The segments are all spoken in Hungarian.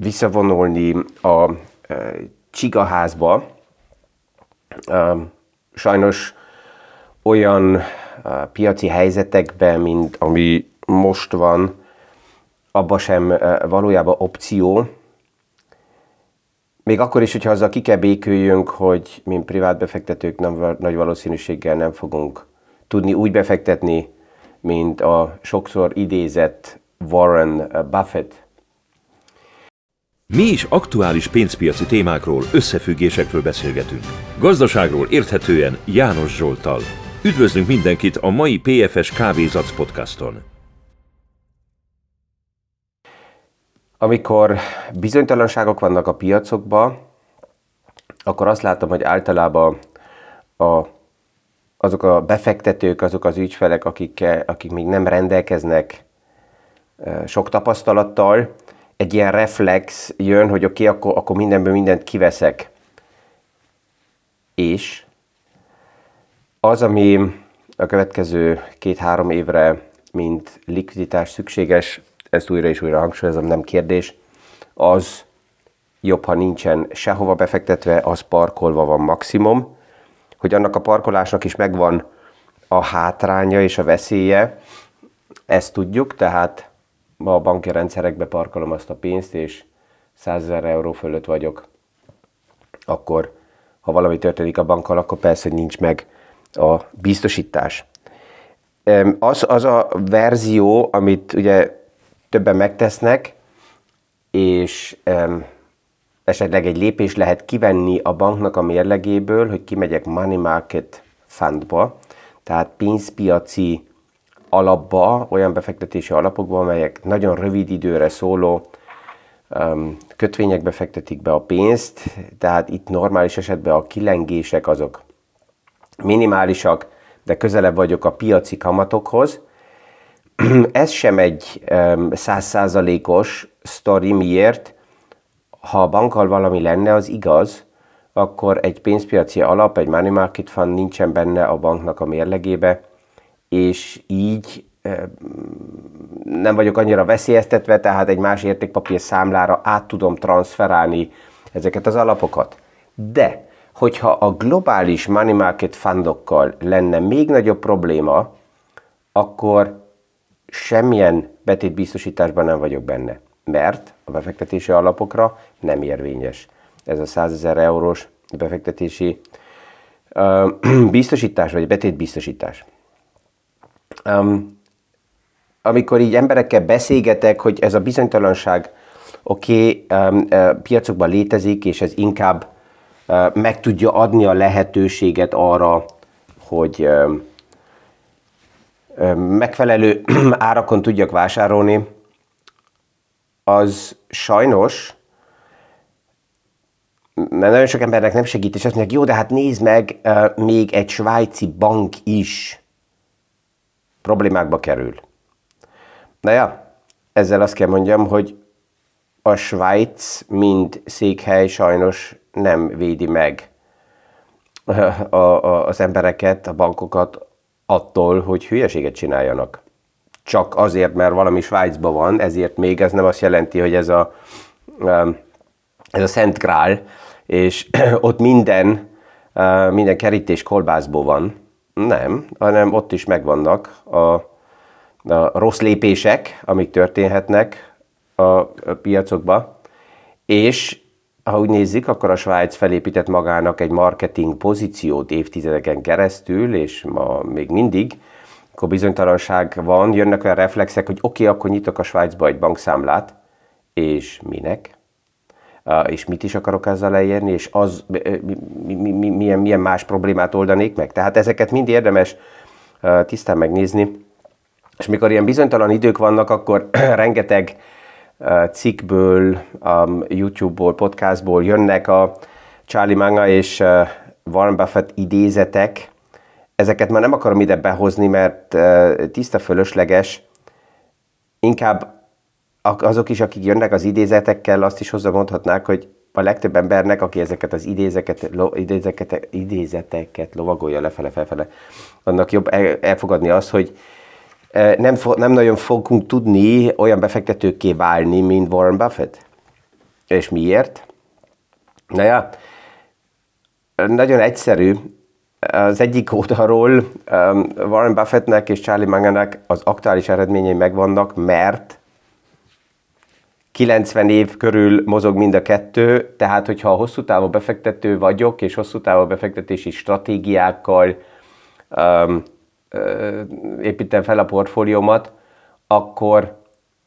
visszavonulni a csigaházba. Sajnos olyan piaci helyzetekben, mint ami most van, abban sem valójában opció. Még akkor is, hogyha azzal ki kell béküljünk, hogy mint privát befektetők nagy valószínűséggel nem fogunk tudni úgy befektetni, mint a sokszor idézett Warren Buffett. Mi is aktuális pénzpiaci témákról, összefüggésekről beszélgetünk. Gazdaságról érthetően János Zsolttal. Üdvözlünk mindenkit a mai PFS Kávézac podcaston. Amikor bizonytalanságok vannak a piacokban, akkor azt látom, hogy általában azok a befektetők, azok az ügyfelek, akik még nem rendelkeznek sok tapasztalattal, egy ilyen reflex jön, hogy oké, akkor mindenből mindent kiveszek. És az, ami a következő 2-3 évre, mint likviditás szükséges, ezt újra és újra hangsúlyozom, nem kérdés, az jobb, ha nincsen sehova befektetve, az parkolva van maximum, hogy annak a parkolásnak is megvan a hátránya és a veszélye, ezt tudjuk, tehát ma a banki rendszerekbe parkolom azt a pénzt, és 100 000 euró fölött vagyok, akkor ha valami történik a bankkal, akkor persze, hogy nincs meg a biztosítás. Az a verzió, amit ugye többen megtesznek, és esetleg egy lépés lehet kivenni a banknak a mérlegéből, hogy kimegyek money market fundba, tehát pénzpiaci alapba, olyan befektetési alapokba, amelyek nagyon rövid időre szóló kötvényekbe fektetik be a pénzt, tehát itt normális esetben a kilengések azok minimálisak, de közelebb vagyok a piaci kamatokhoz. Ez sem egy 100%-os sztori. Miért? Ha a bankkal valami lenne, az igaz, akkor egy pénzpiaci alap, egy money market fund nincsen benne a banknak a mérlegébe, és így nem vagyok annyira veszélyeztetve, tehát egy más értékpapír számlára át tudom transferálni ezeket az alapokat. De, hogyha a globális money market fundokkal lenne még nagyobb probléma, akkor semmilyen betétbiztosításban nem vagyok benne, mert a befektetési alapokra nem érvényes ez a 100 000 eurós befektetési biztosítás, vagy betétbiztosítás. Amikor így emberekkel beszélgetek, hogy ez a bizonytalanság piacokban létezik, és ez inkább meg tudja adni a lehetőséget arra, hogy megfelelő árakon tudjak vásárolni, az sajnos, mert nagyon sok embernek nem segít, és azt mondják, jó, de hát nézd meg, még egy svájci bank is problémákba kerül. Na ja, ezzel azt kell mondjam, hogy a Svájc, mint székhely sajnos nem védi meg az embereket, a bankokat attól, hogy hülyeséget csináljanak. Csak azért, mert valami Svájcban van, ezért még ez nem azt jelenti, hogy ez a Szent Grál, és ott minden kerítés kolbászból van. Nem, hanem ott is megvannak a rossz lépések, amik történhetnek a piacokba, és ha úgy nézzük, akkor a Svájc felépített magának egy marketing pozíciót évtizedeken keresztül, és ma még mindig, akkor bizonytalanság van, jönnek olyan reflexek, hogy oké, akkor nyitok a Svájcba egy bankszámlát, és minek? És mit is akarok ezzel elérni, és az milyen más problémát oldanék meg. Tehát ezeket mind érdemes tisztán megnézni. És mikor ilyen bizonytalan idők vannak, akkor rengeteg cikkből, YouTube-ból, podcastból jönnek a Charlie Munger és Warren Buffett idézetek. Ezeket már nem akarom ide behozni, mert tiszta fölösleges. Inkább azok is, akik jönnek az idézetekkel, azt is hozzamondhatnák, hogy a legtöbb embernek, aki ezeket az idézeteket lovagolja lefele-felfele, annak jobb elfogadni azt, hogy nem nagyon fogunk tudni olyan befektetőkké válni, mint Warren Buffett. És miért? Nagyon egyszerű. Az egyik oldalról Warren Buffettnek és Charlie Mungernek az aktuális eredményei megvannak, mert 90 év körül mozog mind a kettő, tehát hogyha hosszú távú befektető vagyok, és hosszú távú befektetési stratégiákkal építem fel a portfóliómat, akkor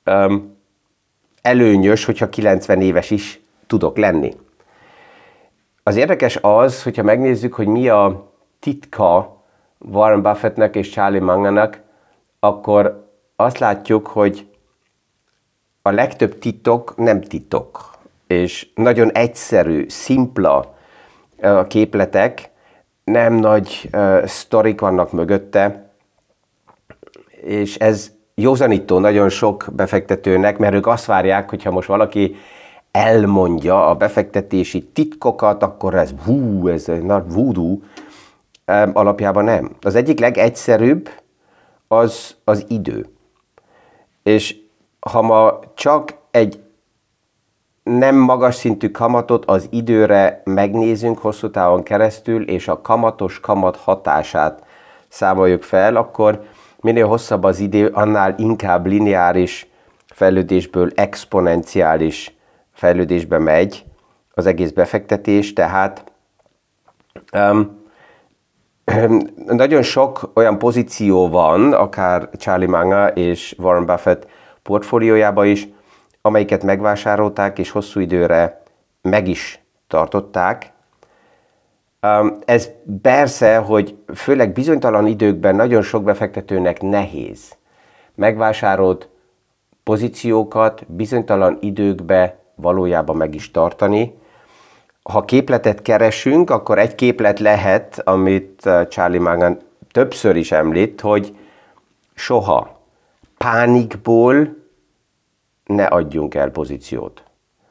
előnyös, hogyha 90 éves is tudok lenni. Az érdekes az, hogyha megnézzük, hogy mi a titka Warren Buffettnek és Charlie Mungernek, akkor azt látjuk, hogy a legtöbb titok nem titok, és nagyon egyszerű, szimpla képletek, nem nagy sztorik vannak mögötte, és ez józanító nagyon sok befektetőnek, mert ők azt várják, hogyha most valaki elmondja a befektetési titkokat, akkor ez nagy voodoo, alapjában nem. Az egyik legegyszerűbb az idő. És ha ma csak egy nem magas szintű kamatot az időre megnézünk hosszú távon keresztül, és a kamatos kamat hatását számoljuk fel, akkor minél hosszabb az idő, annál inkább lineáris fejlődésből exponenciális fejlődésbe megy az egész befektetés, tehát nagyon sok olyan pozíció van, akár Charlie Munger és Warren Buffett portfóliójában is, amelyiket megvásárolták és hosszú időre meg is tartották. Ez persze, hogy főleg bizonytalan időkben nagyon sok befektetőnek nehéz megvásárolt pozíciókat bizonytalan időkben valójában meg is tartani. Ha képletet keresünk, akkor egy képlet lehet, amit Charlie Munger többször is említ, hogy soha pánikból ne adjunk el pozíciót.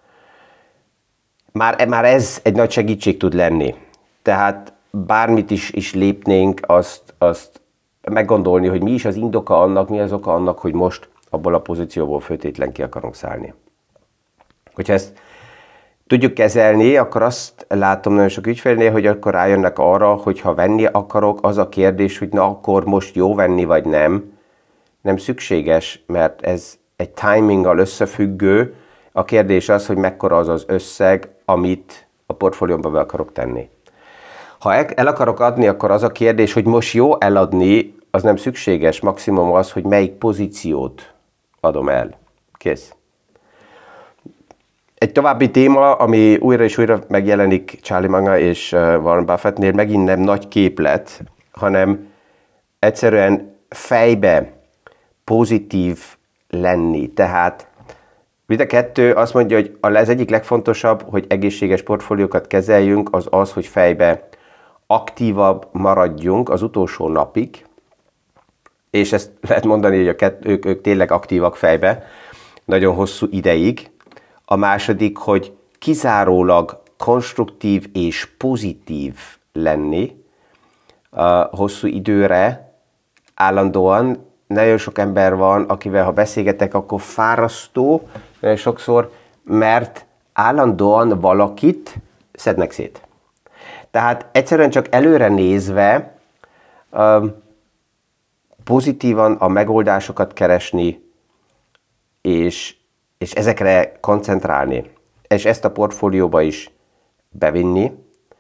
Már ez egy nagy segítség tud lenni. Tehát bármit is lépnénk, azt meggondolni, hogy mi is az indoka annak, mi az oka annak, hogy most abból a pozícióból főtétlen ki akarunk szállni. Hogyha ezt tudjuk kezelni, akkor azt látom nagyon sok ügyfélnél, hogy akkor rájönnek arra, hogy ha venni akarok, az a kérdés, hogy na akkor most jó venni vagy nem. Nem szükséges, mert ez egy timinggal összefüggő. A kérdés az, hogy mekkora az az összeg, amit a portfóliómba be akarok tenni. Ha el akarok adni, akkor az a kérdés, hogy most jó eladni, az nem szükséges. Maximum az, hogy melyik pozíciót adom el. Kész. Egy további téma, ami újra és újra megjelenik Charlie Munger és Warren Buffettnél, megint nem nagy képlet, hanem egyszerűen fejbe pozitív lenni. Tehát mind a kettő azt mondja, hogy az egyik legfontosabb, hogy egészséges portfóliókat kezeljünk, az, hogy fejbe aktívabb maradjunk az utolsó napig, és ezt lehet mondani, hogy ők tényleg aktívak fejbe, nagyon hosszú ideig. A második, hogy kizárólag konstruktív és pozitív lenni hosszú időre, állandóan. Nagyon sok ember van, akivel ha beszélgetek, akkor fárasztó, nagyon sokszor, mert állandóan valakit szednek szét. Tehát egyszerűen csak előre nézve pozitívan a megoldásokat keresni, és ezekre koncentrálni, és ezt a portfólióba is bevinni.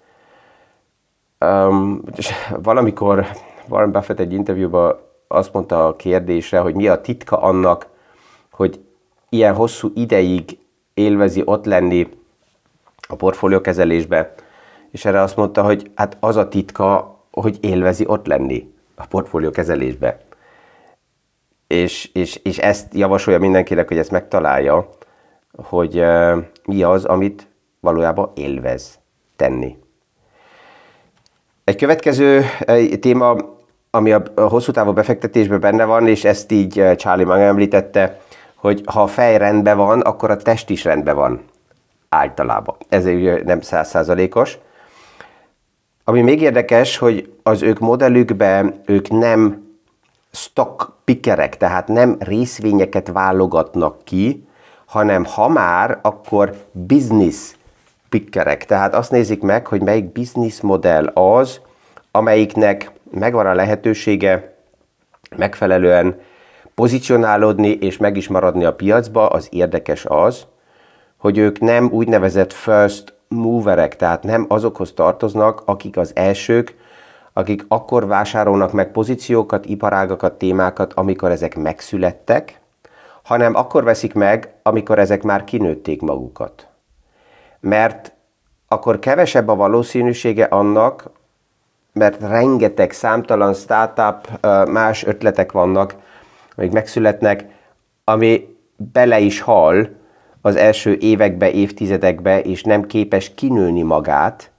Valamikor Warren Buffett egy interjúban azt mondta a kérdésre, hogy mi a titka annak, hogy ilyen hosszú ideig élvezi ott lenni a portfóliókezelésbe, és erre azt mondta, hogy hát az a titka, hogy élvezi ott lenni a portfóliókezelésbe. És ezt javasolja mindenkinek, hogy ezt megtalálja, hogy mi az, amit valójában élvez tenni. Egy következő téma, ami a hosszú távú befektetésben benne van, és ezt így Charlie Munger említette, hogy ha a fej rendben van, akkor a test is rendben van általában. Ez ugye nem 100%-os. Ami még érdekes, hogy az ők modellükben ők nem stock pickerek, tehát nem részvényeket válogatnak ki, hanem ha már, akkor business pickerek. Tehát azt nézik meg, hogy melyik business modell az, amelyiknek megvan a lehetősége megfelelően pozícionálódni és meg is maradni a piacba. Az érdekes az, hogy ők nem úgynevezett first moverek, tehát nem azokhoz tartoznak, akik az elsők, akik akkor vásárolnak meg pozíciókat, iparágakat, témákat, amikor ezek megszülettek, hanem akkor veszik meg, amikor ezek már kinőtték magukat. Mert akkor kevesebb a valószínűsége annak, mert rengeteg számtalan startup, más ötletek vannak, amik megszületnek, ami bele is hal az első évekbe, évtizedekbe, és nem képes kinőni magát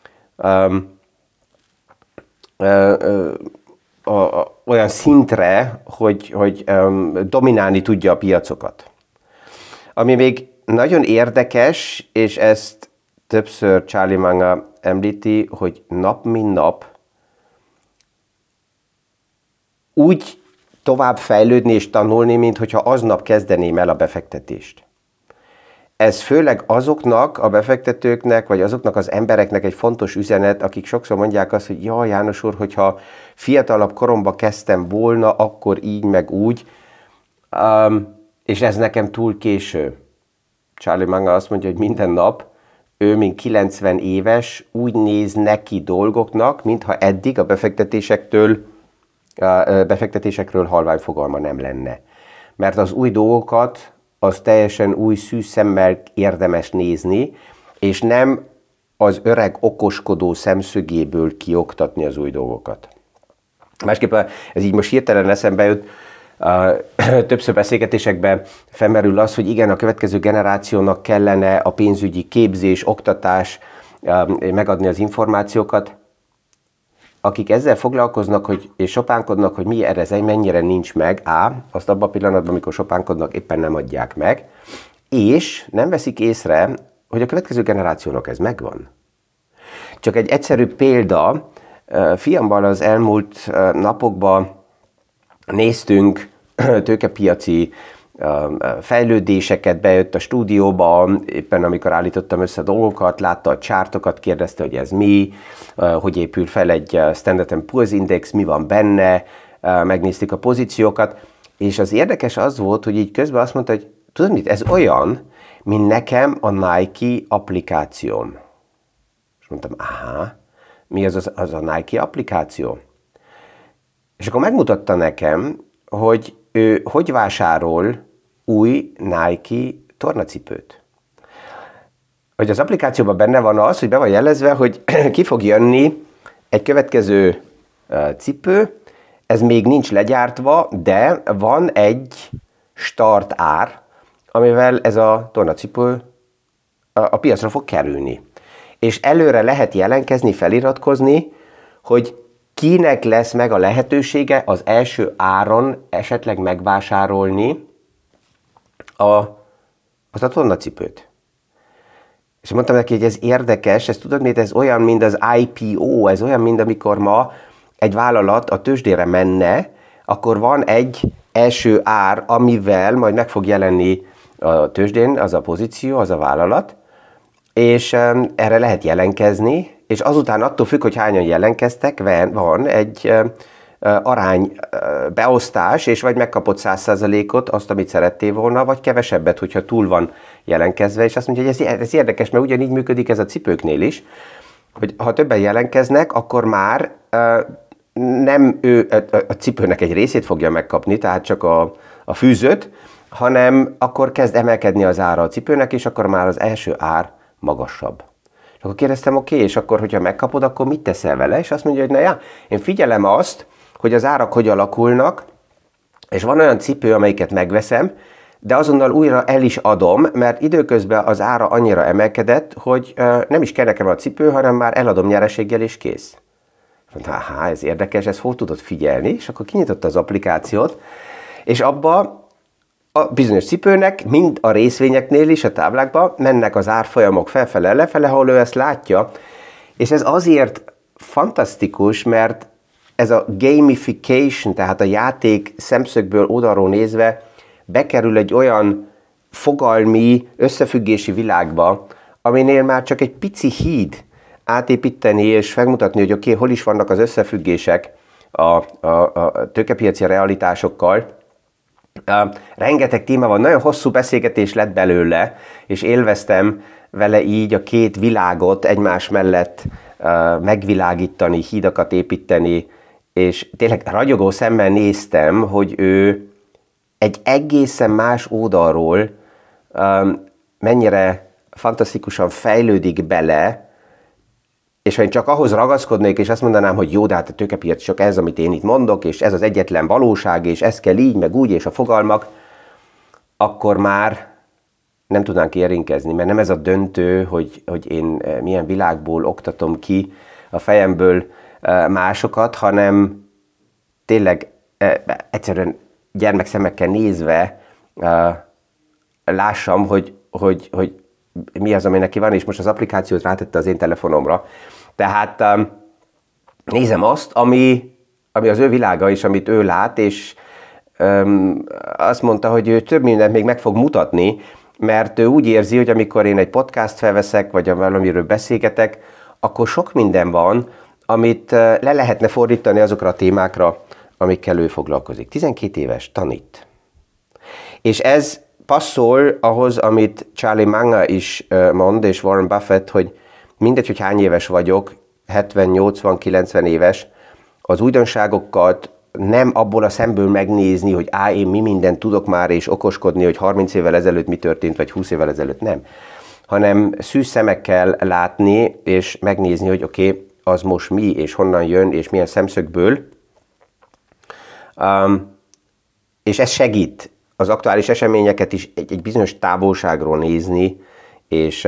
olyan szintre, hogy dominálni tudja a piacokat. Ami még nagyon érdekes, és ezt többször Charlie Munger említi, hogy nap mint nap úgy tovább fejlődni és tanulni, mintha aznap kezdeném el a befektetést. Ez főleg azoknak a befektetőknek, vagy azoknak az embereknek egy fontos üzenet, akik sokszor mondják azt, hogy ja, János úr, hogyha fiatalabb koromban kezdtem volna, akkor így meg úgy, és ez nekem túl késő. Charlie Munger azt mondja, hogy minden nap ő, mint 90 éves, úgy néz neki dolgoknak, mintha eddig a befektetésekről halvány fogalma nem lenne. Mert az új dolgokat az teljesen új szűz szemmel érdemes nézni, és nem az öreg okoskodó szemszögéből kioktatni az új dolgokat. Másképp ez így most hirtelen eszembe jut, többször beszélgetésekben felmerül az, hogy igen, a következő generációnak kellene a pénzügyi képzés, oktatás, megadni az információkat. Akik ezzel foglalkoznak és sopánkodnak, hogy mi ez mennyire nincs meg, azt abban a pillanatban, amikor sopánkodnak, éppen nem adják meg, és nem veszik észre, hogy a következő generációnak ez megvan. Csak egy egyszerű példa, fiammal az elmúlt napokban néztünk tőkepiaci fejlődéseket, bejött a stúdióba, éppen amikor állítottam össze dolgokat, látta a csártokat, kérdezte, hogy ez mi, hogy épül fel egy Standard & Poor's Index, mi van benne, megnéztük a pozíciókat, és az érdekes az volt, hogy így közben azt mondta, hogy tudod mit, ez olyan, mint nekem a Nike applikációm. És mondtam, mi az a Nike applikáció? És akkor megmutatta nekem, hogy ő hogy vásárol új Nike tornacipőt. Hogy az applikációban benne van az, hogy be van jelezve, hogy ki fog jönni egy következő cipő, ez még nincs legyártva, de van egy start ár, amivel ez a tornacipő a piacra fog kerülni. És előre lehet jelentkezni, feliratkozni, hogy kinek lesz meg a lehetősége az első áron esetleg megvásárolni azt a tornacipőt. És mondtam neki, hogy ez érdekes, ez tudod, miért ez olyan, mint az IPO, ez olyan, mint amikor ma egy vállalat a tőzsdére menne, akkor van egy első ár, amivel majd meg fog jelenni a tőzsdén az a pozíció, az a vállalat, és erre lehet jelentkezni, és azután attól függ, hogy hányan jelentkeztek, van egy arány beosztás, és vagy megkapod 100%-ot, azt, amit szerettél volna, vagy kevesebbet, hogyha túl van jelentkezve, és azt mondja, hogy ez érdekes, mert ugyanígy működik ez a cipőknél is, hogy ha többen jelentkeznek, akkor már nem ő a cipőnek egy részét fogja megkapni, tehát csak a fűzőt, hanem akkor kezd emelkedni az ára a cipőnek, és akkor már az első ár magasabb. És akkor kérdeztem, oké, és akkor, hogyha megkapod, akkor mit teszel vele? És azt mondja, hogy én figyelem azt, hogy az árak hogy alakulnak, és van olyan cipő, amelyiket megveszem, de azonnal újra el is adom, mert időközben az ára annyira emelkedett, hogy nem is kell nekem a cipő, hanem már eladom nyereséggel, és kész. Mondta, ez érdekes, ezt hol tudod figyelni? És akkor kinyitotta az applikációt, és abba a bizonyos cipőnek, mind a részvényeknél is a táblákban mennek az árfolyamok felfele, lefele, ahol ő ezt látja, és ez azért fantasztikus, mert ez a gamification, tehát a játék szemszögből oldalról nézve bekerül egy olyan fogalmi, összefüggési világba, aminél már csak egy pici híd átépíteni és megmutatni, hogy oké, hol is vannak az összefüggések a tőkepiaci realitásokkal. Rengeteg téma van, nagyon hosszú beszélgetés lett belőle, és élveztem vele így a két világot egymás mellett megvilágítani, hídakat építeni, és tényleg ragyogó szemmel néztem, hogy ő egy egészen más oldalról mennyire fantasztikusan fejlődik bele, és ha én csak ahhoz ragaszkodnék, és azt mondanám, hogy jó, de hát a tőkepiac csak ez, amit én itt mondok, és ez az egyetlen valóság, és ez kell így, meg úgy, és a fogalmak, akkor már nem tudnánk érintkezni, mert nem ez a döntő, hogy én milyen világból oktatom ki a fejemből másokat, hanem tényleg egyszerűen gyermekszemekkel nézve lássam, hogy mi az, ami neki van, és most az applikációt rátette az én telefonomra. Tehát nézem azt, ami az ő világa, és amit ő lát, és azt mondta, hogy ő több mindent még meg fog mutatni, mert ő úgy érzi, hogy amikor én egy podcast felveszek, vagy valamiről beszélgetek, akkor sok minden van, amit le lehetne fordítani azokra a témákra, amikkel ő foglalkozik. 12 éves, tanít. És ez passzol ahhoz, amit Charlie Munger is mond, és Warren Buffett, hogy mindegy, hogy hány éves vagyok, 70, 80, 90 éves, az újdonságokat nem abból a szemből megnézni, hogy én mi mindent tudok már, és okoskodni, hogy 30 évvel ezelőtt mi történt, vagy 20 évvel ezelőtt nem. Hanem szűz szemekkel látni, és megnézni, hogy oké, az most mi, és honnan jön, és milyen szemszögből. És ez segít az aktuális eseményeket is egy bizonyos távolságról nézni, és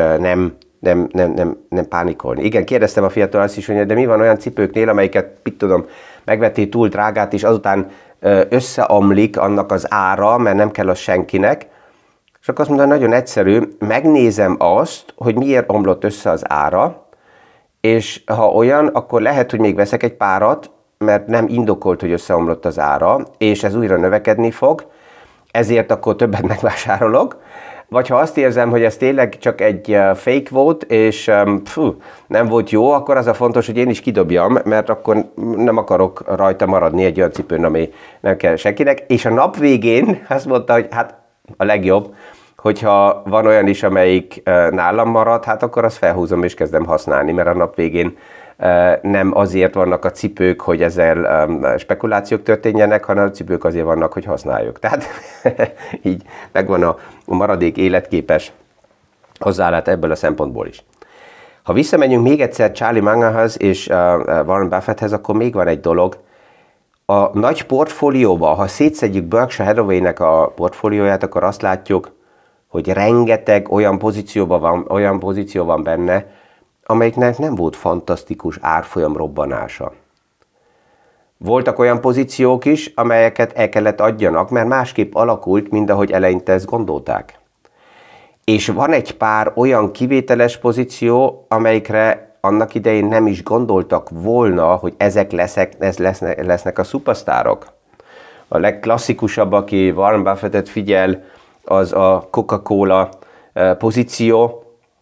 nem pánikolni. Igen, kérdeztem a fiatal azt is, hogy de mi van olyan cipőknél, amelyiket, mit tudom, megvették túl drágát, és azután összeomlik annak az ára, mert nem kell az senkinek. És akkor azt mondta, nagyon egyszerű, megnézem azt, hogy miért omlott össze az ára, és ha olyan, akkor lehet, hogy még veszek egy párat, mert nem indokolt, hogy összeomlott az ára, és ez újra növekedni fog, ezért akkor többet megvásárolok. Vagy ha azt érzem, hogy ez tényleg csak egy fake volt, és nem volt jó, akkor az a fontos, hogy én is kidobjam, mert akkor nem akarok rajta maradni egy olyan cipőn, ami nem kell senkinek. És a nap végén azt mondta, hogy hát a legjobb, hogyha van olyan is, amelyik nálam marad, hát akkor azt felhúzom és kezdem használni, mert a nap végén nem azért vannak a cipők, hogy ezzel spekulációk történjenek, hanem a cipők azért vannak, hogy használjuk. Tehát így megvan a maradék életképes hozzáállás ebből a szempontból is. Ha visszamegyünk még egyszer Charlie Mungerhez és Warren Buffetthez, akkor még van egy dolog. A nagy portfólióba, ha szétszedjük Berkshire Hathaway-nek a portfólióját, akkor azt látjuk, hogy rengeteg olyan pozíció van benne, amelyiknek nem volt fantasztikus árfolyam robbanása. Voltak olyan pozíciók is, amelyeket el kellett adjanak, mert másképp alakult, mint ahogy eleinte ezt gondolták. És van egy pár olyan kivételes pozíció, amelyikre annak idején nem is gondoltak volna, hogy ezek lesznek a szupasztárok. A legklasszikusabb, aki Warren Buffettet figyel, az a Coca-Cola pozíció.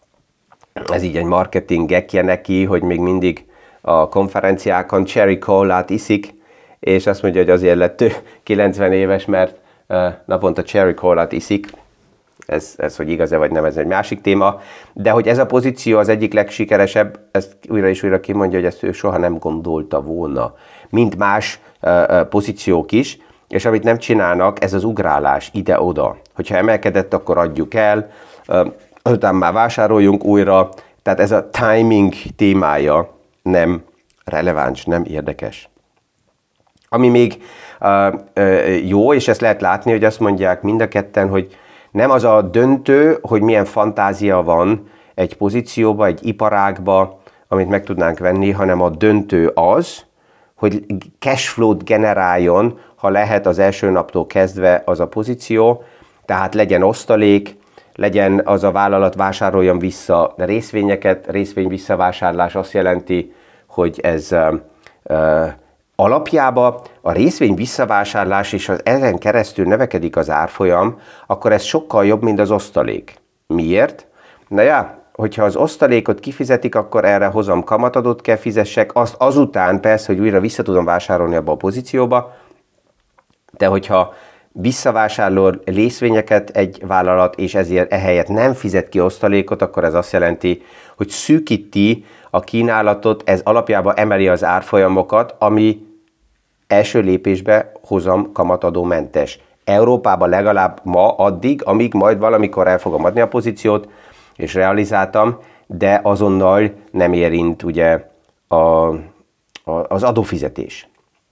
Ez így egy marketing gekje neki, hogy még mindig a konferenciákon cherry colát iszik, és azt mondja, hogy azért lett ő 90 éves, mert naponta cherry colát iszik. Ez hogy igaz-e vagy nem, ez egy másik téma. De hogy ez a pozíció az egyik legsikeresebb, ezt újra és újra kimondja, hogy ezt ő soha nem gondolta volna. Mint más pozíciók is, és amit nem csinálnak, ez az ugrálás ide-oda. Hogyha emelkedett, akkor adjuk el, azután már vásároljunk újra, tehát ez a timing témája nem releváns, nem érdekes. Ami még jó, és ezt lehet látni, hogy azt mondják mind a ketten, hogy nem az a döntő, hogy milyen fantázia van egy pozícióba, egy iparágba, amit meg tudnánk venni, hanem a döntő az, hogy cashflow-t generáljon, ha lehet az első naptól kezdve az a pozíció, tehát legyen osztalék, legyen az a vállalat vásároljon vissza részvényeket, részvény visszavásárlás azt jelenti, hogy ez alapjában a részvény visszavásárlás és ezen keresztül növekedik az árfolyam, akkor ez sokkal jobb, mint az osztalék. Miért? Na ja, hogyha az osztalékot kifizetik, akkor erre hozam kamatadót kell fizessek, azt azután persze, hogy újra vissza tudom vásárolni abba a pozícióba, de hogyha visszavásárol részvényeket egy vállalat, és ezért ehelyett nem fizet ki osztalékot, akkor ez azt jelenti, hogy szűkíti a kínálatot, ez alapjában emeli az árfolyamokat, ami első lépésbe hozam kamatadómentes. Európában legalább ma addig, amíg majd valamikor el fogom adni a pozíciót, és realizáltam, de azonnal nem érint ugye az adófizetés.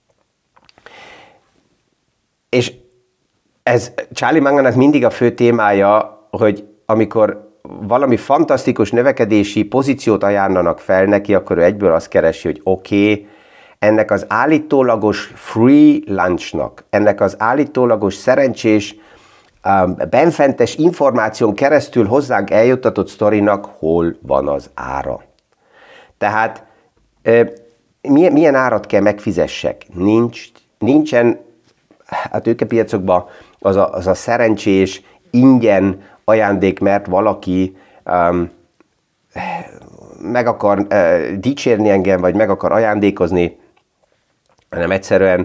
És ez Charlie Mungernek mindig a fő témája, hogy amikor valami fantasztikus növekedési pozíciót ajánlanak fel neki, akkor ő egyből azt keresi, hogy oké, ennek az állítólagos free lunchnak, ennek az állítólagos szerencsés, benfentes információn keresztül hozzánk eljuttatott sztorinak hol van az ára. Tehát milyen árat kell megfizessek? Nincsen a tőkepiacokban az a szerencsés, ingyen ajándék, mert valaki meg akar dicsérni engem, vagy meg akar ajándékozni, hanem egyszerűen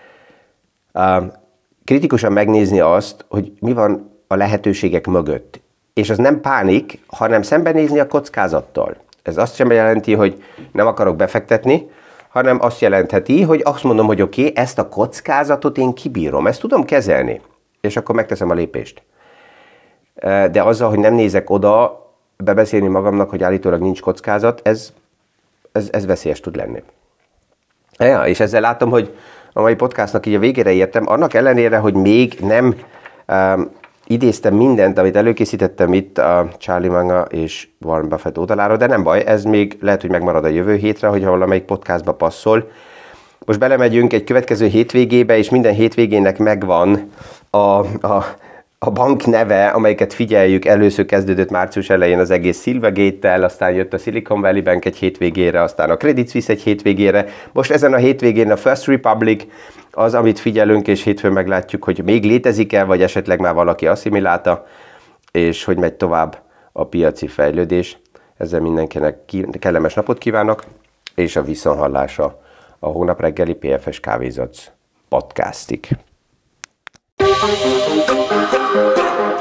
kritikusan megnézni azt, hogy mi van a lehetőségek mögött. És az nem pánik, hanem szembenézni a kockázattal. Ez azt sem jelenti, hogy nem akarok befektetni, hanem azt jelentheti, hogy azt mondom, hogy oké, ezt a kockázatot én kibírom, ezt tudom kezelni, és akkor megteszem a lépést. De azzal, hogy nem nézek oda, bebeszélni magamnak, hogy állítólag nincs kockázat, ez veszélyes tud lenni. Ja, és ezzel látom, hogy a mai podcastnak így a végére értem, annak ellenére, hogy még nem idéztem mindent, amit előkészítettem itt a Charlie Munger és Warren Buffett oldaláról, de nem baj, ez még lehet, hogy megmarad a jövő hétre, hogyha valamelyik podcastba passzol. Most belemegyünk egy következő hétvégébe, és minden hétvégének megvan a bank neve, amelyiket figyeljük. Először kezdődött március elején az egész Silvergate-tel, aztán jött a Silicon Valley Bank egy hétvégére, aztán a Credit Suisse egy hétvégére. Most ezen a hétvégén a First Republic az, amit figyelünk, és hétfőn meglátjuk, hogy még létezik-e, vagy esetleg már valaki asszimilálta, és hogy megy tovább a piaci fejlődés. Ezzel mindenkinek kellemes napot kívánok, és a viszonthallásra a hónap reggeli PFS Kávézac podcastig.